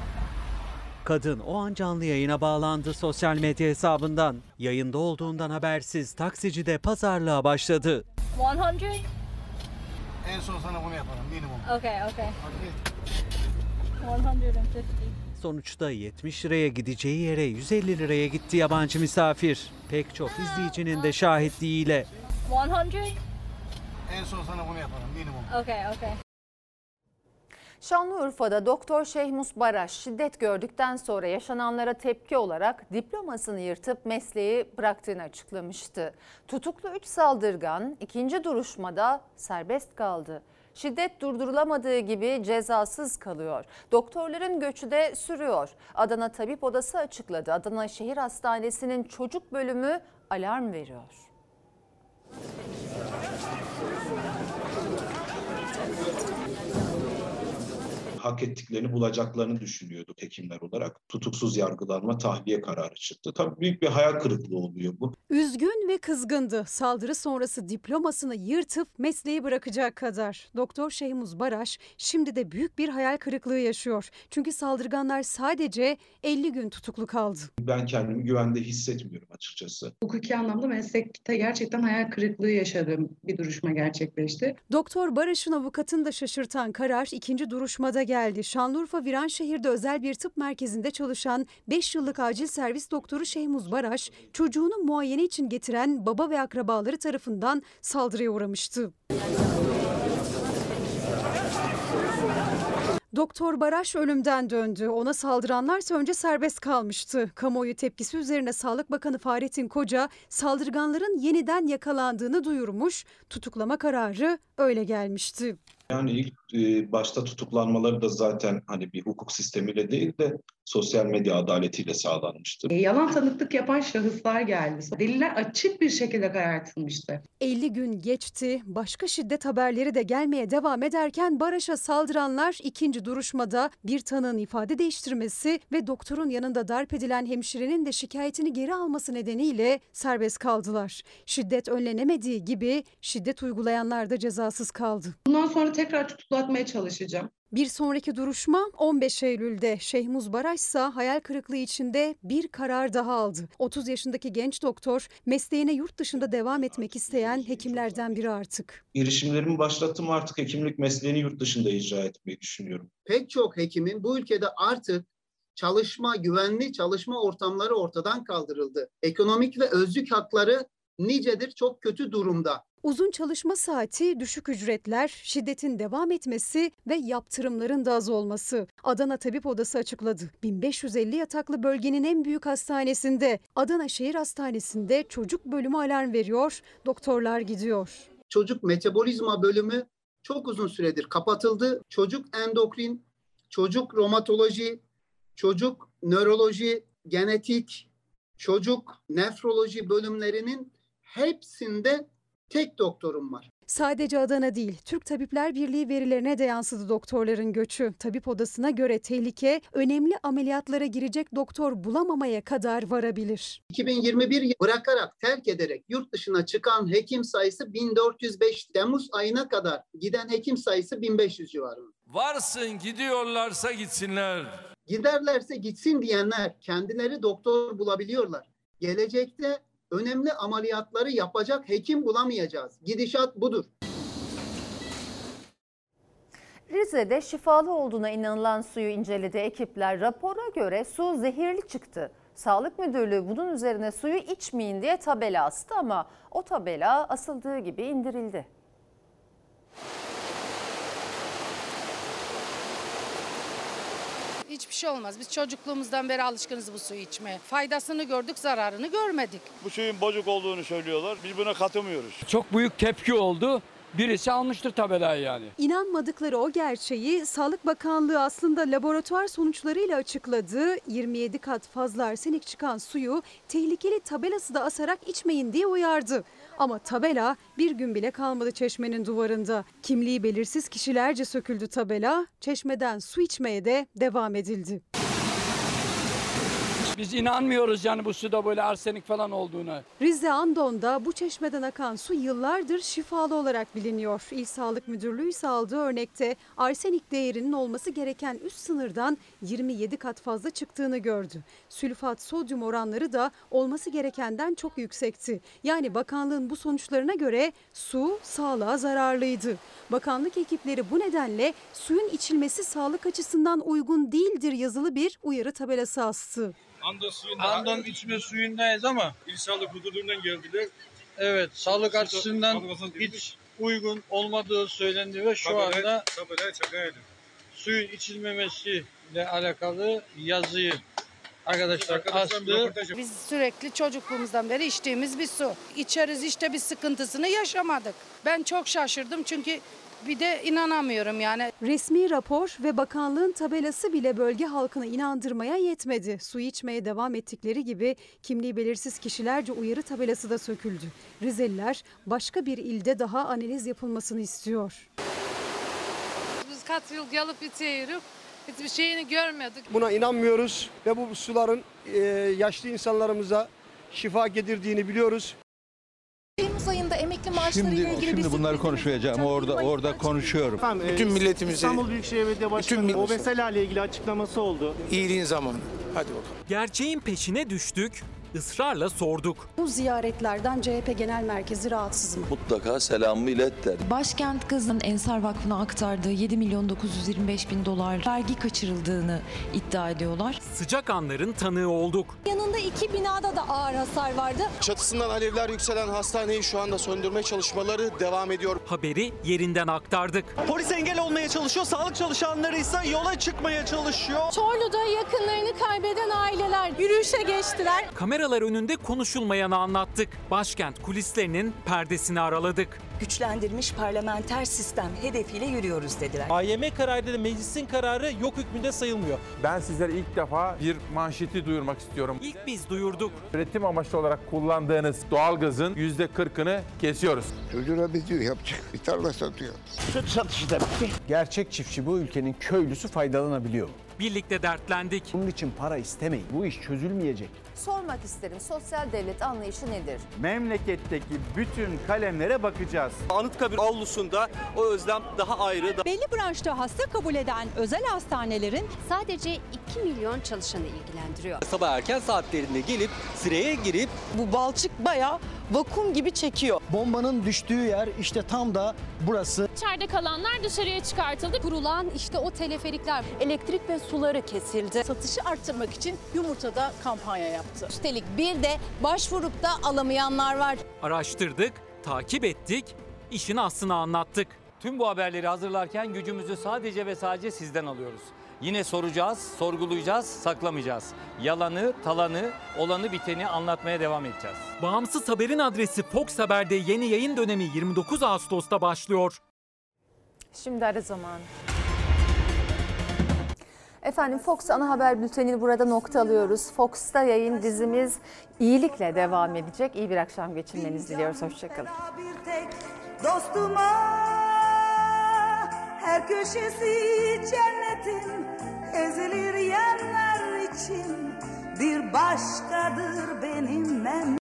Kadın o an canlı yayına bağlandı sosyal medya hesabından. Yayında olduğundan habersiz taksici de pazarlığa başladı. one hundred? En son sana bunu yaparım, minimum. Okay, okay. one hundred fifty. Sonuçta yetmiş liraya gideceği yere yüz elli liraya gitti yabancı misafir. Pek çok izleyicinin de şahitliğiyle. one hundred? En son sana bunu yaparım, minimum. Okay, okay. Şanlıurfa'da Doktor Şehmus Baraş şiddet gördükten sonra yaşananlara tepki olarak diplomasını yırtıp mesleği bıraktığını açıklamıştı. Tutuklu üç saldırgan ikinci duruşmada serbest kaldı. Şiddet durdurulamadığı gibi cezasız kalıyor. Doktorların göçü de sürüyor. Adana Tabip Odası açıkladı. Adana Şehir Hastanesi'nin çocuk bölümü alarm veriyor. hak ettiklerini bulacaklarını düşünüyorduk hekimler olarak. Tutuksuz yargılanma, tahliye kararı çıktı. Tabii büyük bir hayal kırıklığı oluyor bu. Üzgün ve kızgındı. Saldırı sonrası diplomasını yırtıp mesleği bırakacak kadar. Doktor Şehmuz Baraş şimdi de büyük bir hayal kırıklığı yaşıyor. Çünkü saldırganlar sadece elli gün tutuklu kaldı. Ben kendimi güvende hissetmiyorum açıkçası. Hukuki anlamda meslekte gerçekten hayal kırıklığı yaşadığım bir duruşma gerçekleşti. Doktor Baraş'ın avukatını da şaşırtan karar ikinci duruşmada geldi. Şanlıurfa Viranşehir'de özel bir tıp merkezinde çalışan beş yıllık acil servis doktoru Şehmuz Baraş, çocuğunu muayene için getiren baba ve akrabaları tarafından saldırıya uğramıştı. Doktor Baraş ölümden döndü. Ona saldıranlarsa önce serbest kalmıştı. Kamuoyu tepkisi üzerine Sağlık Bakanı Fahrettin Koca saldırganların yeniden yakalandığını duyurmuş. Tutuklama kararı öyle gelmişti. Yani ilk e, başta tutuklanmaları da zaten hani bir hukuk sistemiyle değil de sosyal medya adaletiyle sağlanmıştı. E, yalan tanıklık yapan şahıslar geldi. Deliller açık bir şekilde karartılmıştı. elli gün geçti. Başka şiddet haberleri de gelmeye devam ederken Baraş'a saldıranlar ikinci duruşmada bir tanığın ifade değiştirmesi ve doktorun yanında darp edilen hemşirenin de şikayetini geri alması nedeniyle serbest kaldılar. Şiddet önlenemediği gibi şiddet uygulayanlar da cezasız kaldı. Bundan sonra tekrar tutuklatmaya çalışacağım. Bir sonraki duruşma on beş Eylül'de. Şehmuz Baraş ise hayal kırıklığı içinde bir karar daha aldı. otuz yaşındaki genç doktor mesleğine yurt dışında devam etmek isteyen hekimlerden biri artık. Girişimlerimi başlattım, artık hekimlik mesleğini yurt dışında icra etmeyi düşünüyorum. Pek çok hekimin bu ülkede artık çalışma, güvenli çalışma ortamları ortadan kaldırıldı. Ekonomik ve özlük hakları nicedir çok kötü durumda. Uzun çalışma saati, düşük ücretler, şiddetin devam etmesi ve yaptırımların da az olması. Adana Tabip Odası açıkladı. bin beş yüz elli yataklı bölgenin en büyük hastanesinde, Adana Şehir Hastanesi'nde çocuk bölümü alarm veriyor, doktorlar gidiyor. Çocuk metabolizma bölümü çok uzun süredir kapatıldı. Çocuk endokrin, çocuk romatoloji, çocuk nöroloji, genetik, çocuk nefroloji bölümlerinin hepsinde tek doktorum var. Sadece Adana değil, Türk Tabipler Birliği verilerine de yansıdı doktorların göçü. Tabip Odası'na göre tehlike önemli ameliyatlara girecek doktor bulamamaya kadar varabilir. iki bin yirmi bir bırakarak, terk ederek yurt dışına çıkan hekim sayısı bin dört yüz beş. Temmuz ayına kadar giden hekim sayısı bin beş yüz civarında. Varsın gidiyorlarsa gitsinler. Giderlerse gitsin diyenler kendileri doktor bulabiliyorlar. Gelecekte önemli ameliyatları yapacak hekim bulamayacağız. Gidişat budur. Rize'de şifalı olduğuna inanılan suyu inceledi ekipler. Rapora göre su zehirli çıktı. Sağlık Müdürlüğü bunun üzerine suyu içmeyin diye tabela astı ama o tabela asıldığı gibi indirildi. Hiçbir şey olmaz. Biz çocukluğumuzdan beri alışkınız bu suyu içmeye. Faydasını gördük, zararını görmedik. Bu suyun bozuk olduğunu söylüyorlar. Biz buna katılmıyoruz. Çok büyük tepki oldu. Birisi almıştır tabelayı yani. İnanmadıkları o gerçeği Sağlık Bakanlığı aslında laboratuvar sonuçlarıyla açıkladı. yirmi yedi kat fazla arsenik çıkan suyu tehlikeli tabelası da asarak içmeyin diye uyardı. Ama tabela bir gün bile kalmadı çeşmenin duvarında. Kimliği belirsiz kişilerce söküldü tabela. Çeşmeden su içmeye de devam edildi. Biz inanmıyoruz yani bu suda böyle arsenik falan olduğuna. Rize Andon'da bu çeşmeden akan su yıllardır şifalı olarak biliniyor. İl Sağlık Müdürlüğü ise aldığı örnekte arsenik değerinin olması gereken üst sınırdan yirmi yedi kat fazla çıktığını gördü. Sülfat sodyum oranları da olması gerekenden çok yüksekti. Yani bakanlığın bu sonuçlarına göre su sağlığa zararlıydı. Bakanlık ekipleri bu nedenle suyun içilmesi sağlık açısından uygun değildir yazılı bir uyarı tabelası astı. Andon suyunda, Andon içme suyundayız ama İl Sağlık Müdürlüğü'nden geldiler. Evet, sağlık açısından hiç uygun olmadığı söylendi ve şu Tabelaya, anda tabelaya çakaydı. suyun içilmemesiyle alakalı yazıyı arkadaşlar astı. Biz sürekli çocukluğumuzdan beri içtiğimiz bir su. İçeriz işte bir sıkıntısını yaşamadık. Ben çok şaşırdım çünkü bir de inanamıyorum yani. Resmi rapor ve bakanlığın tabelası bile bölge halkını inandırmaya yetmedi. Su içmeye devam ettikleri gibi kimliği belirsiz kişilerce uyarı tabelası da söküldü. Rizeliler başka bir ilde daha analiz yapılmasını istiyor. Biz kaç yıl gelip içiyoruz. Hiçbir şeyini görmedik. Buna inanmıyoruz ve bu suların e, yaşlı insanlarımıza şifa getirdiğini biliyoruz. Temmuz ayında emekli maaşları ile Şimdi, ilgili şimdi bir bunları konuşmayacağım. Orada orada konuşuyorum. Bütün milletimizi, İstanbul Büyükşehir Belediye Başkanı'nın o mesela ile ilgili açıklaması oldu. İyiliğin zamanı. Hadi bakalım. Gerçeğin peşine düştük, ısrarla sorduk. Bu ziyaretlerden C H P Genel Merkezi rahatsız mı? Mutlaka selamımı ilet der. Başkent Gaz'ın Ensar Vakfı'na aktardığı yedi milyon dokuz yüz yirmi beş bin dolar vergi kaçırıldığını iddia ediyorlar. Sıcak anların tanığı olduk. Yanında iki binada da ağır hasar vardı. Çatısından alevler yükselen hastaneyi şu anda söndürme çalışmaları devam ediyor. Haberi yerinden aktardık. Polis engel olmaya çalışıyor, sağlık çalışanları ise yola çıkmaya çalışıyor. Çorlu'da yakınlarını kaybeden aileler yürüyüşe geçtiler. Kameralar önünde konuşulmayanı anlattık. Başkent kulislerinin perdesini araladık. Güçlendirilmiş parlamenter sistem hedefiyle yürüyoruz dediler. A Y M kararıyla da meclisin kararı yok hükmünde sayılmıyor. Ben sizlere ilk defa bir manşeti duyurmak istiyorum. İlk biz duyurduk. Üretim amaçlı olarak kullandığınız doğalgazın yüzde kırkını kesiyoruz. Çocuğuna diyor yapacak bir tarla satıyor. Süt satışı da bitti. Gerçek çiftçi bu ülkenin köylüsü faydalanabiliyor. Birlikte dertlendik. Bunun için para istemeyin. Bu iş çözülmeyecek. Sormak isterim, sosyal devlet anlayışı nedir? Memleketteki bütün kalemlere bakacağız. Anıtkabir avlusunda o özlem daha ayrı. Belli branşta hasta kabul eden özel hastanelerin sadece iki milyon çalışanı ilgilendiriyor. Sabah erken saatlerinde gelip sıraya girip bu balçık bayağı vakum gibi çekiyor. Bombanın düştüğü yer işte tam da burası. İçeride kalanlar dışarıya çıkartıldı. Kurulan işte o teleferikler, elektrik ve suları kesildi. Satışı arttırmak için yumurtada kampanya yaptı. Üstelik bir de başvurup da alamayanlar var. Araştırdık, takip ettik, işin aslını anlattık. Tüm bu haberleri hazırlarken gücümüzü sadece ve sadece sizden alıyoruz. Yine soracağız, sorgulayacağız, saklamayacağız. Yalanı, talanı, olanı biteni anlatmaya devam edeceğiz. Bağımsız haberin adresi Fox Haber'de yeni yayın dönemi yirmi dokuz Ağustos'ta başlıyor. Şimdi ara zamanı. Efendim Fox ana haber bültenini burada nokta alıyoruz. Fox'ta yayın dizimiz iyilikle devam edecek. İyi bir akşam geçirmenizi diliyoruz. Hoşçakalın. Dostuma her köşesi cennetin ezilir yerler için bir başkadır benim mem.